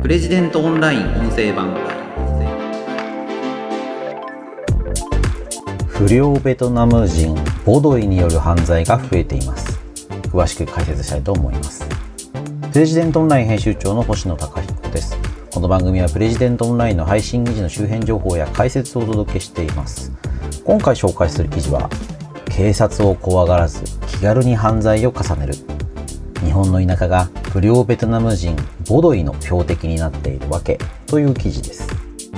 プレジデントオンライン音声版。 不良ベトナム人ボドイによる犯罪が増えています。詳しく解説したいと思います。プレジデントオンライン編集長の星野貴彦です。この番組はプレジデントオンラインの配信記事の周辺情報や解説をお届けしています。今回紹介する記事は、警察を怖がらず気軽に犯罪を重ねる、日本の田舎が不良ベトナム人ボドイの標的になっているわけという記事です。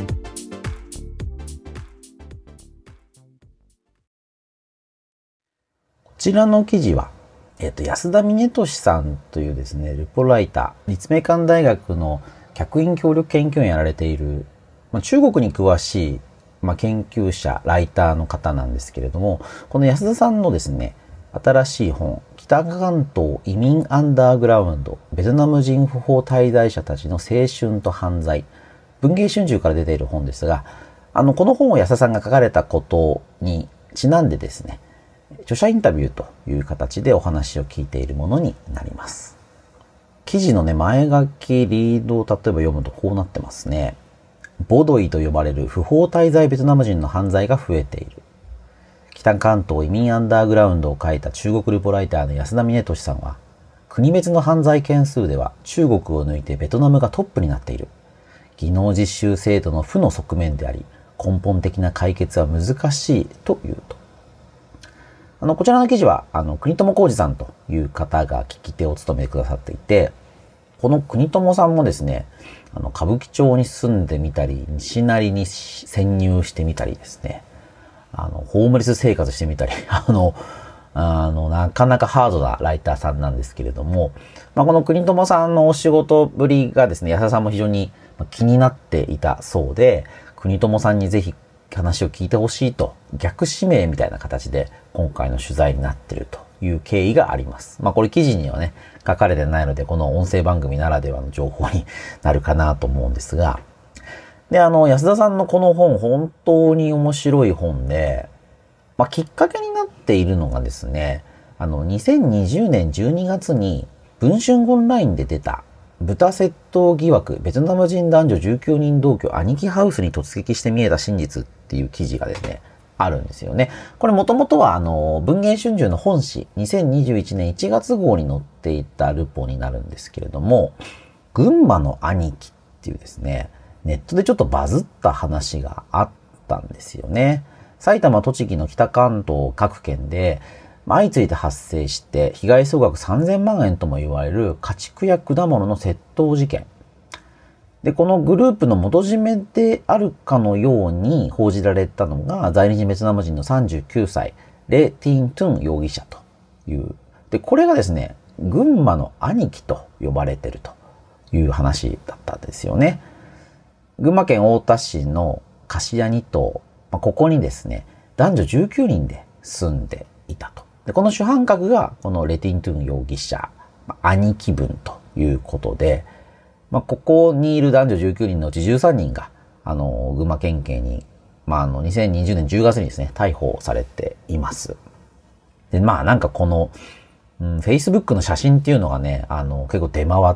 こちらの記事は、安田峰俊さんというですね、ルポライター、立命館大学の客員協力研究員やられている、中国に詳しい、研究者、ライターの方なんですけれども、この安田さんのですね、新しい本、北関東移民アンダーグラウンド、ベトナム人不法滞在者たちの青春と犯罪、文藝春秋から出ている本ですが、この本を安田さんが書かれたことにちなんでですね、著者インタビューという形でお話を聞いているものになります。記事のね、前書きリードを例えば読むとこうなってますね。ボドイと呼ばれる不法滞在ベトナム人の犯罪が増えている。北関東移民アンダーグラウンドを書いた中国ルポライターの安田峰俊さんは、国別の犯罪件数では中国を抜いてベトナムがトップになっている。技能実習制度の負の側面であり、根本的な解決は難しいというと。こちらの記事は、国友浩二さんという方が聞き手を務めてくださっていて、この国友さんもですね、歌舞伎町に住んでみたり、西成に潜入してみたりですね、ホームレス生活してみたり、なかなかハードなライターさんなんですけれども、この国友さんのお仕事ぶりがですね、安田さんも非常に気になっていたそうで、国友さんにぜひ話を聞いてほしいと、逆指名みたいな形で今回の取材になっているという経緯があります。これ記事にはね、書かれてないので、この音声番組ならではの情報になるかなと思うんですが、で、安田さんのこの本、本当に面白い本で、きっかけになっているのがですね、2020年12月に文春オンラインで出た豚窃盗疑惑、ベトナム人男女19人同居兄貴ハウスに突撃して見えた真実っていう記事がですね、あるんですよね。これもともとは文藝春秋の本誌、2021年1月号に載っていたルポになるんですけれども、群馬の兄貴っていうですね、ネットでちょっとバズった話があったんですよね。埼玉、栃木の北関東各県で相次いで発生して被害総額3000万円とも言われる家畜や果物の窃盗事件。で、このグループの元締めであるかのように報じられたのが在日ベトナム人の39歳、レ・ティン・トゥン容疑者という。で、これがですね、群馬の兄貴と呼ばれているという話だったんですよね。群馬県太田市の貸家2棟、ここにですね、男女19人で住んでいたと。で、この主犯格がこのレティントゥン容疑者、兄貴分ということで、ここにいる男女19人のうち13人が、群馬県警に、2020年10月にですね、逮捕されています。で、なんかこの、Facebook の写真っていうのがね、結構出回って、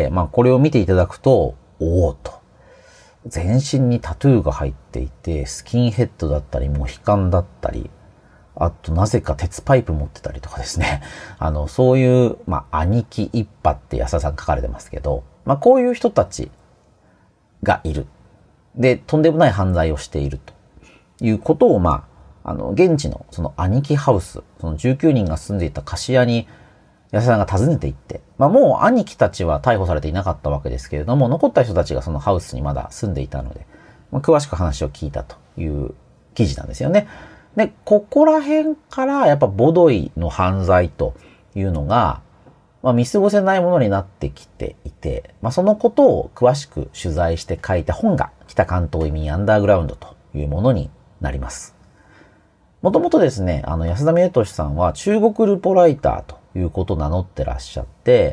これを見ていただくと、おーと。全身にタトゥーが入っていて、スキンヘッドだったり、モヒカンだったり、あとなぜか鉄パイプ持ってたりとかですね。そういう、兄貴一派って安田さん書かれてますけど、こういう人たちがいる。で、とんでもない犯罪をしているということを、現地のその兄貴ハウス、その19人が住んでいた貸家に安田さんが訪ねて行って、もう兄貴たちは逮捕されていなかったわけですけれども、残った人たちがそのハウスにまだ住んでいたので、詳しく話を聞いたという記事なんですよね。で、ここら辺からやっぱボドイの犯罪というのが、見過ごせないものになってきていて、そのことを詳しく取材して書いた本が北関東移民アンダーグラウンドというものになります。もともとですね、安田峰俊さんは中国ルポライターということを名乗ってらっしゃって、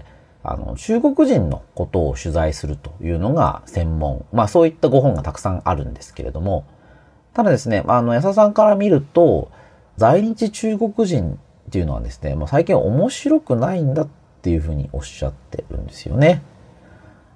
中国人のことを取材するというのが専門。そういったご本がたくさんあるんですけれども、ただですね、安田さんから見ると、在日中国人っていうのはですね、最近面白くないんだっていうふうにおっしゃってるんですよね。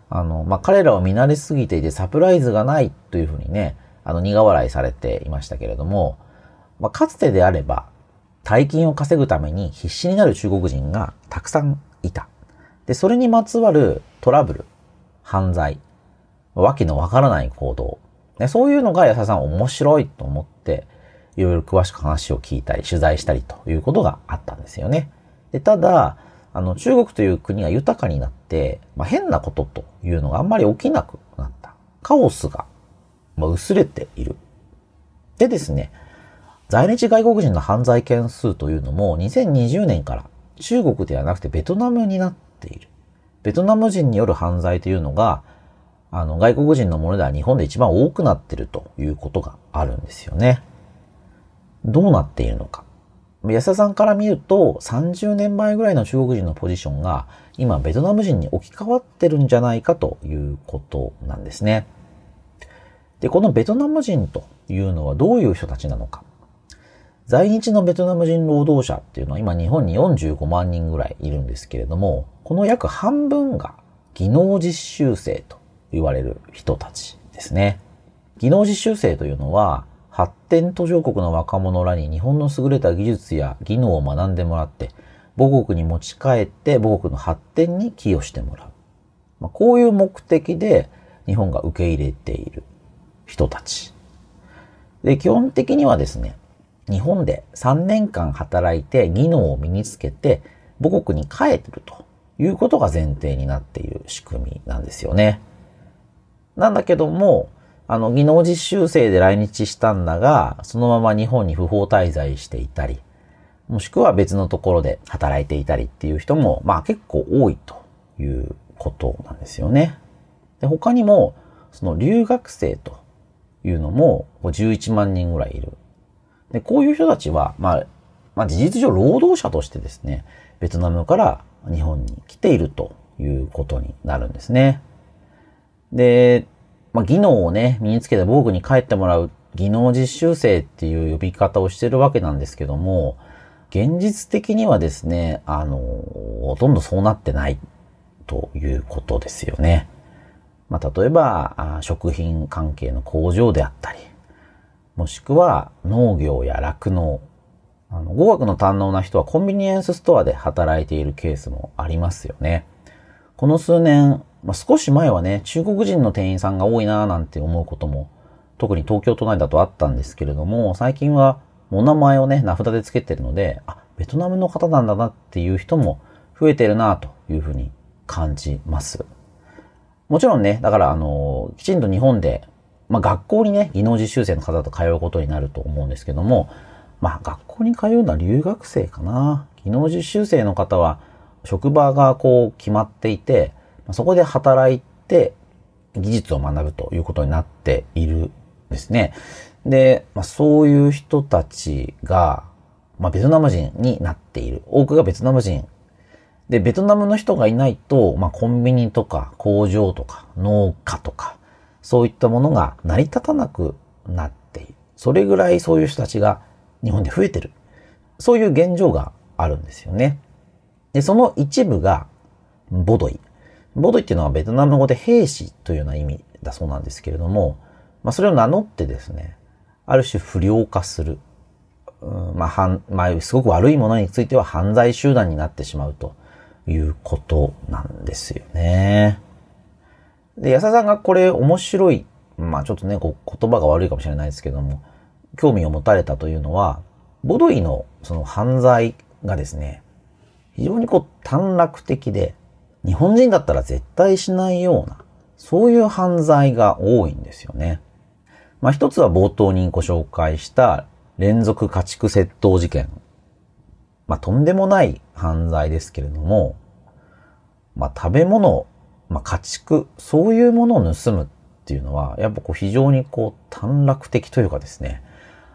彼らは見慣れすぎていてサプライズがないというふうにね、苦笑いされていましたけれども、かつてであれば、大金を稼ぐために必死になる中国人がたくさんいた。で、それにまつわるトラブル、犯罪、わけのわからない行動、ね、そういうのが安田さん面白いと思って、いろいろ詳しく話を聞いたり、取材したりということがあったんですよね。で、ただ、中国という国が豊かになって、変なことというのがあんまり起きなくなった。カオスが、薄れている。でですね、在日外国人の犯罪件数というのも2020年から中国ではなくてベトナムになっている。ベトナム人による犯罪というのが、外国人のものでは日本で一番多くなっているということがあるんですよね。どうなっているのか。安田さんから見ると30年前ぐらいの中国人のポジションが今ベトナム人に置き換わってるんじゃないかということなんですね。で、このベトナム人というのはどういう人たちなのか。在日のベトナム人労働者っていうのは今日本に45万人ぐらいいるんですけれども、この約半分が技能実習生と言われる人たちですね。技能実習生というのは発展途上国の若者らに日本の優れた技術や技能を学んでもらって母国に持ち帰って母国の発展に寄与してもらう。こういう目的で日本が受け入れている人たち。で、基本的にはですね、日本で3年間働いて技能を身につけて母国に帰ってるということが前提になっている仕組みなんですよね。なんだけども、技能実習生で来日したんだが、そのまま日本に不法滞在していたり、もしくは別のところで働いていたりっていう人も、結構多いということなんですよね。で、他にも、その留学生というのも11万人ぐらいいる。で、こういう人たちは、事実上労働者としてですね、ベトナムから日本に来ているということになるんですね。で、技能をね、身につけて母国に帰ってもらう技能実習生っていう呼び方をしてるわけなんですけども、現実的にはですね、ほとんどそうなってないということですよね。例えば、食品関係の工場であったり、もしくは農業や酪農。語学の堪能な人はコンビニエンスストアで働いているケースもありますよね。この数年、少し前はね、中国人の店員さんが多いなぁなんて思うことも、特に東京都内だとあったんですけれども、最近はお名前をね、名札でつけてるので、ベトナムの方なんだなっていう人も増えてるなというふうに感じます。もちろんね、だからきちんと日本で学校にね、技能実習生の方と通うことになると思うんですけども、学校に通うのは留学生かな。技能実習生の方は、職場が決まっていて、そこで働いて技術を学ぶということになっているんですね。で、そういう人たちが、ベトナム人になっている。多くがベトナム人。で、ベトナムの人がいないと、コンビニとか工場とか農家とか、そういったものが成り立たなくなっている。それぐらいそういう人たちが日本で増えてる。そういう現状があるんですよね。で、その一部がボドイ。ボドイっていうのはベトナム語で兵士というような意味だそうなんですけれども、それを名乗ってですね、ある種不良化する。すごく悪いものについては犯罪集団になってしまうということなんですよね。で、安田さんがこれ面白い、ちょっとね、言葉が悪いかもしれないですけども、興味を持たれたというのは、ボドイのその犯罪がですね、非常に短絡的で、日本人だったら絶対しないような、そういう犯罪が多いんですよね。一つは冒頭にご紹介した連続家畜窃盗事件。とんでもない犯罪ですけれども、食べ物、家畜、そういうものを盗むっていうのは、やっぱ非常に短絡的というかですね、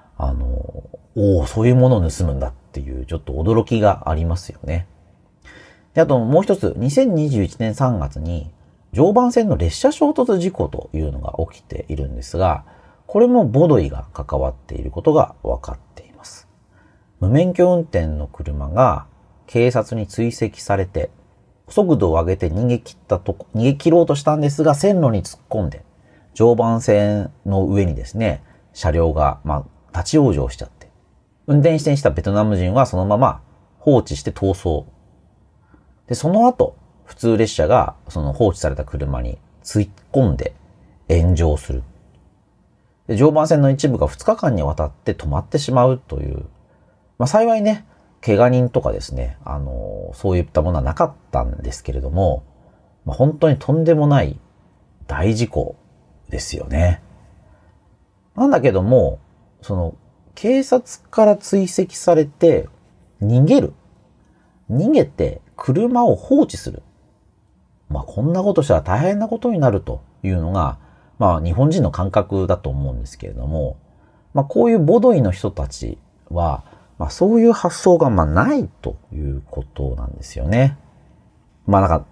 そういうものを盗むんだっていうちょっと驚きがありますよね。で、あともう一つ、2021年3月に常磐線の列車衝突事故というのが起きているんですが、これもボドイが関わっていることが分かっています。無免許運転の車が警察に追跡されて、 速度を上げて逃げ切ろうとしたんですが、線路に突っ込んで、常磐線の上にですね、車両が、立ち往生しちゃって、運転してしたベトナム人はそのまま放置して逃走。で、その後、普通列車がその放置された車に突っ込んで炎上する。で、常磐線の一部が2日間にわたって止まってしまうという、幸いね、怪我人とかですね、そういったものはなかったんですけれども、本当にとんでもない大事故ですよね。なんだけども、警察から追跡されて逃げて車を放置する。こんなことしたら大変なことになるというのが、日本人の感覚だと思うんですけれども、こういうボドイの人たちは、そういう発想がないということなんですよね。安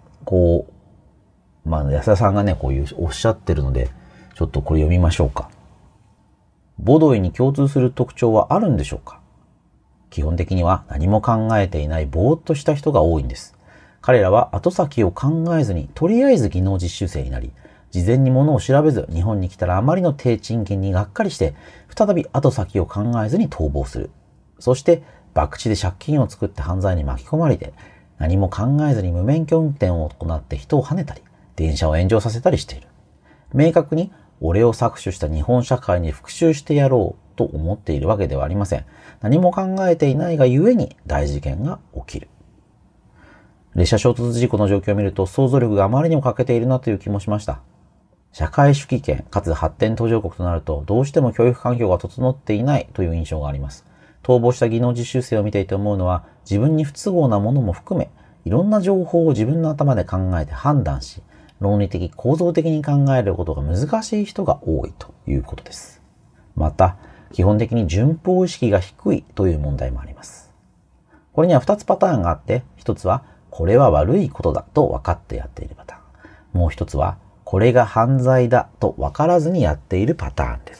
田さんがね、こういうおっしゃってるので、ちょっとこれ読みましょうか。ボドイに共通する特徴はあるんでしょうか？基本的には何も考えていないぼーっとした人が多いんです。彼らは後先を考えずに、とりあえず技能実習生になり、事前に物を調べず、日本に来たらあまりの低賃金にがっかりして、再び後先を考えずに逃亡する。そして、博打で借金を作って犯罪に巻き込まれて、何も考えずに無免許運転を行って人を跳ねたり、電車を炎上させたりしている。明確に、俺を搾取した日本社会に復讐してやろうと思っているわけではありません。何も考えていないがゆえに大事件が起きる。列車衝突事故の状況を見ると想像力があまりにも欠けているなという気もしました。社会主義圏かつ発展途上国となるとどうしても教育環境が整っていないという印象があります。逃亡した技能実習生を見ていて思うのは自分に不都合なものも含めいろんな情報を自分の頭で考えて判断し論理的構造的に考えることが難しい人が多いということです。また基本的に順法意識が低いという問題もあります。これには2つパターンがあって、1つはこれは悪いことだと分かってやっているパターン。もう1つはこれが犯罪だと分からずにやっているパターンです。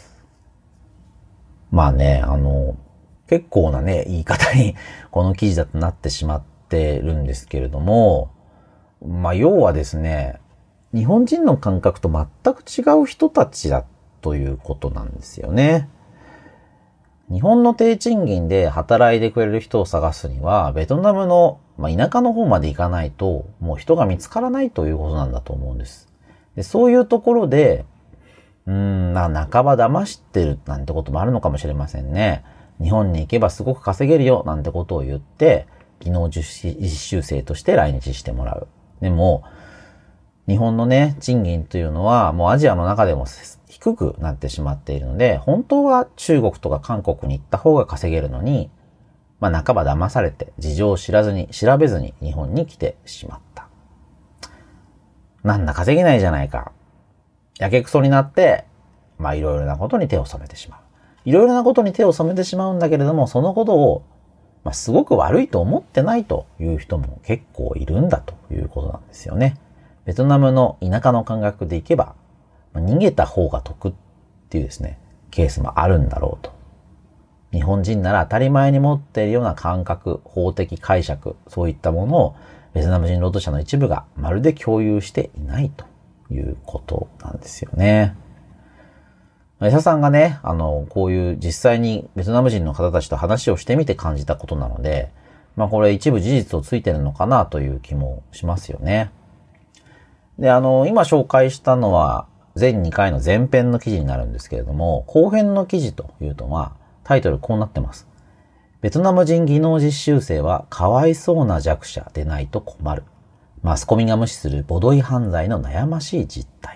結構なね、言い方にこの記事だとなってしまってるんですけれども、要はですね、日本人の感覚と全く違う人たちだということなんですよね。日本の低賃金で働いてくれる人を探すには、ベトナムの、田舎の方まで行かないと、もう人が見つからないということなんだと思うんです。でそういうところで、半ば騙してるなんてこともあるのかもしれませんね。日本に行けばすごく稼げるよなんてことを言って、技能実習生として来日してもらう。でも、日本のね、賃金というのはもうアジアの中でも低くなってしまっているので、本当は中国とか韓国に行った方が稼げるのに、半ば騙されて事情を調べずに日本に来てしまった。なんだ稼げないじゃないか。やけくそになって、いろいろなことに手を染めてしまう。いろいろなことに手を染めてしまうんだけれども、そのことを、すごく悪いと思ってないという人も結構いるんだということなんですよね。ベトナムの田舎の感覚でいけば、逃げた方が得っていうですね、ケースもあるんだろうと。日本人なら当たり前に持っているような感覚、法的解釈、そういったものをベトナム人労働者の一部がまるで共有していないということなんですよね。江田さんがね、こういう実際にベトナム人の方たちと話をしてみて感じたことなので、これ一部事実をついてるのかなという気もしますよね。で、今紹介したのは全2回の前編の記事になるんですけれども、後編の記事というとタイトルこうなってます。ベトナム人技能実習生はかわいそうな弱者でないと困る。マスコミが無視するボドイ犯罪の悩ましい実態。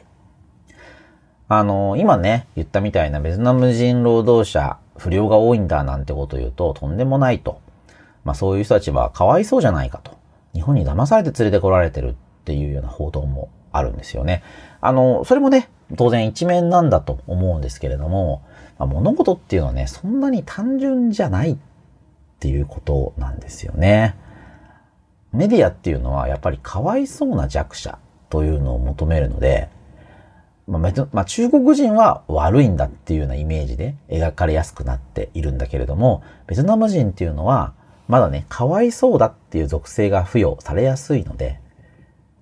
今ね、言ったみたいなベトナム人労働者、不良が多いんだなんてことを言うととんでもないと。そういう人たちはかわいそうじゃないかと。日本に騙されて連れてこられてるっていうような報道もあるんですよね。それもね、当然一面なんだと思うんですけれども、物事っていうのはね、そんなに単純じゃないっていうことなんですよね。メディアっていうのはやっぱりかわいそうな弱者というのを求めるので、中国人は悪いんだっていうようなイメージで描かれやすくなっているんだけれども、ベトナム人っていうのはまだね、かわいそうだっていう属性が付与されやすいので、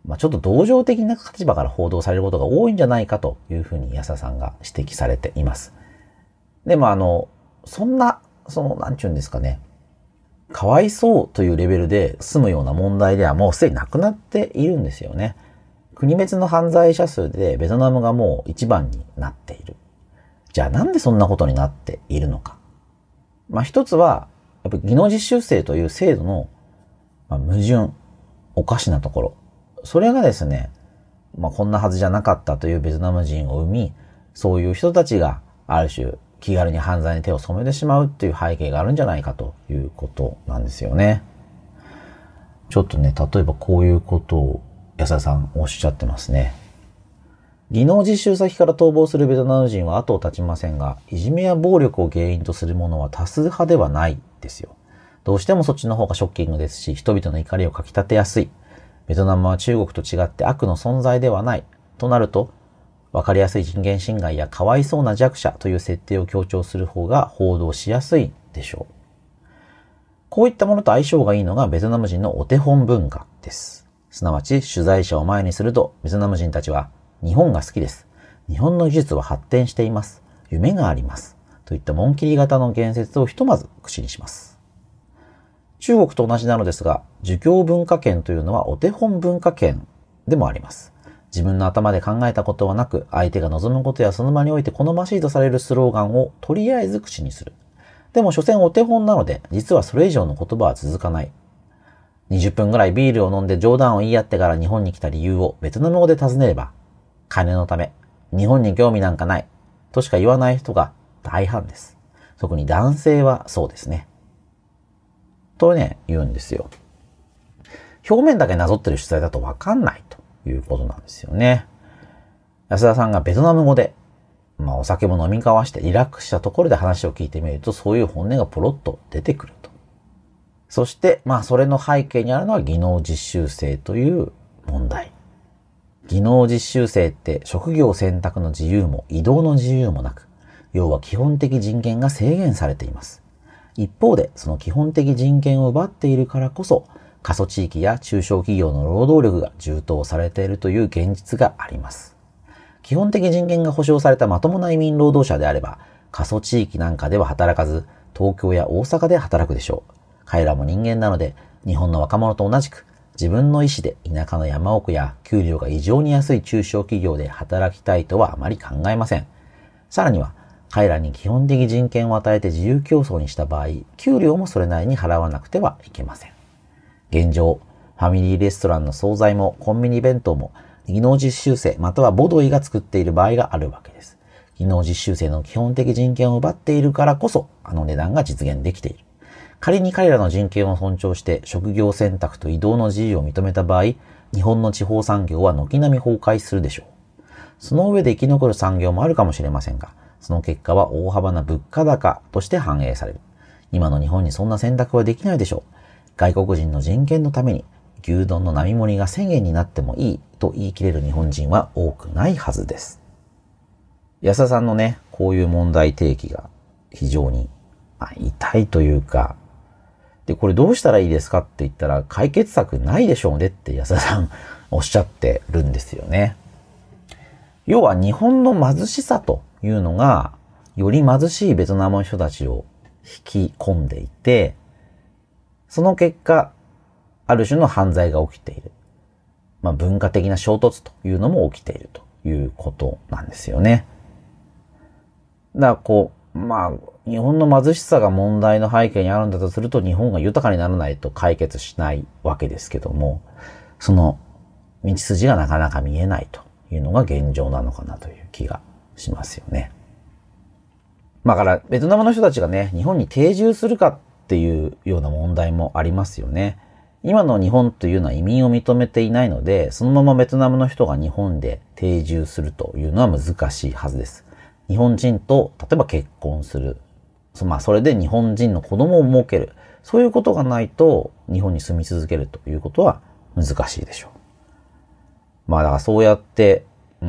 ちょっと同情的な立場から報道されることが多いんじゃないかというふうに安田さんが指摘されています。でもそんな、なんちゅうんですかね、かわいそうというレベルで済むような問題ではもうすでになくなっているんですよね。国別の犯罪者数でベトナムがもう一番になっている。じゃあなんでそんなことになっているのか。一つは、やっぱり技能実習生という制度の矛盾、おかしなところ。それがですね、こんなはずじゃなかったというベトナム人を生み、そういう人たちがある種気軽に犯罪に手を染めてしまうっていう背景があるんじゃないかということなんですよね。ちょっとね、例えばこういうことを安田さんおっしゃってますね。技能実習先から逃亡するベトナム人は後を絶ちませんが、いじめや暴力を原因とするものは多数派ではないですよ。どうしてもそっちの方がショッキングですし、人々の怒りをかき立てやすい。ベトナムは中国と違って悪の存在ではない。となると、わかりやすい人権侵害やかわいそうな弱者という設定を強調する方が報道しやすいでしょう。こういったものと相性がいいのがベトナム人のお手本文化です。すなわち取材者を前にすると、ベトナム人たちは日本が好きです。日本の技術は発展しています。夢があります。といった紋切り型の言説をひとまず口にします。中国と同じなのですが、儒教文化圏というのはお手本文化圏でもあります。自分の頭で考えたことはなく、相手が望むことやその場において好ましいとされるスローガンをとりあえず口にする。でも所詮お手本なので、実はそれ以上の言葉は続かない。20分ぐらいビールを飲んで冗談を言い合ってから日本に来た理由をベトナム語で尋ねれば、金のため、日本に興味なんかない、としか言わない人が大半です。特に男性はそうですね。とね、言うんですよ。表面だけなぞってる取材だとわかんないということなんですよね。安田さんがベトナム語で、お酒も飲み交わしてリラックスしたところで話を聞いてみると、そういう本音がポロッと出てくると。そして、それの背景にあるのは技能実習生という問題。技能実習生って職業選択の自由も移動の自由もなく、要は基本的人権が制限されています。一方で、その基本的人権を奪っているからこそ、過疎地域や中小企業の労働力が充当されているという現実があります。基本的人権が保障されたまともな移民労働者であれば、過疎地域なんかでは働かず、東京や大阪で働くでしょう。彼らも人間なので、日本の若者と同じく、自分の意思で田舎の山奥や給料が異常に安い中小企業で働きたいとはあまり考えません。さらには、彼らに基本的人権を与えて自由競争にした場合、給料もそれなりに払わなくてはいけません。現状、ファミリーレストランの惣菜もコンビニ弁当も技能実習生またはボドイが作っている場合があるわけです。技能実習生の基本的人権を奪っているからこそ、あの値段が実現できている。仮に彼らの人権を尊重して職業選択と移動の自由を認めた場合、日本の地方産業は軒並み崩壊するでしょう。その上で生き残る産業もあるかもしれませんが、その結果は大幅な物価高として反映される。今の日本にそんな選択はできないでしょう。外国人の人権のために牛丼の並盛りが1000円になってもいいと言い切れる日本人は多くないはずです。安田さんのね、こういう問題提起が非常に痛いというか、で、これどうしたらいいですかって言ったら解決策ないでしょうねって安田さんおっしゃってるんですよね。要は日本の貧しさというのがより貧しいベトナムの人たちを引き込んでいて、その結果、ある種の犯罪が起きている。文化的な衝突というのも起きているということなんですよね。だから日本の貧しさが問題の背景にあるんだとすると、日本が豊かにならないと解決しないわけですけども、その道筋がなかなか見えないというのが現状なのかなという気がしますよね。だから、ベトナムの人たちがね、日本に定住するかっていうような問題もありますよね。今の日本というのは移民を認めていないので、そのままベトナムの人が日本で定住するというのは難しいはずです。日本人と、例えば結婚する。それで日本人の子供を設ける。そういうことがないと、日本に住み続けるということは難しいでしょう。だからそうやって、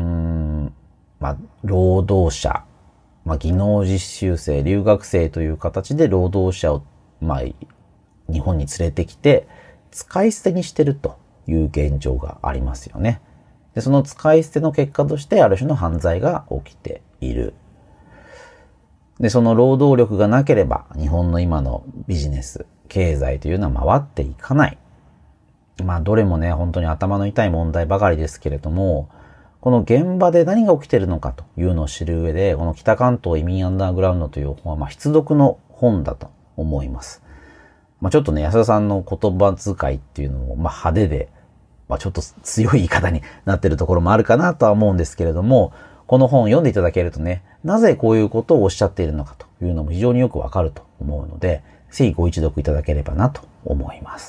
労働者、技能実習生、留学生という形で労働者を、日本に連れてきて、使い捨てにしてるという現状がありますよね。で、その使い捨ての結果としてある種の犯罪が起きている。で、その労働力がなければ日本の今のビジネス、経済というのは回っていかない。どれもね、本当に頭の痛い問題ばかりですけれども、この現場で何が起きているのかというのを知る上で、この北関東移民アンダーグラウンドという本は必読の本だと思います。ちょっとね、安田さんの言葉遣いっていうのも派手で、ちょっと強い言い方になっているところもあるかなとは思うんですけれども、この本を読んでいただけるとね、なぜこういうことをおっしゃっているのかというのも非常によくわかると思うので、ぜひご一読いただければなと思います。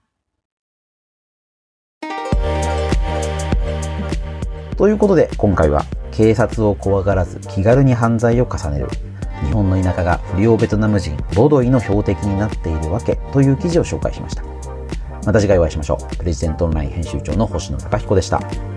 ということで今回は警察を怖がらず気軽に犯罪を重ねる日本の田舎が不良ベトナム人ボドイの標的になっているわけという記事を紹介しました。また次回お会いしましょう。プレジデントオンライン編集長の星野貴彦でした。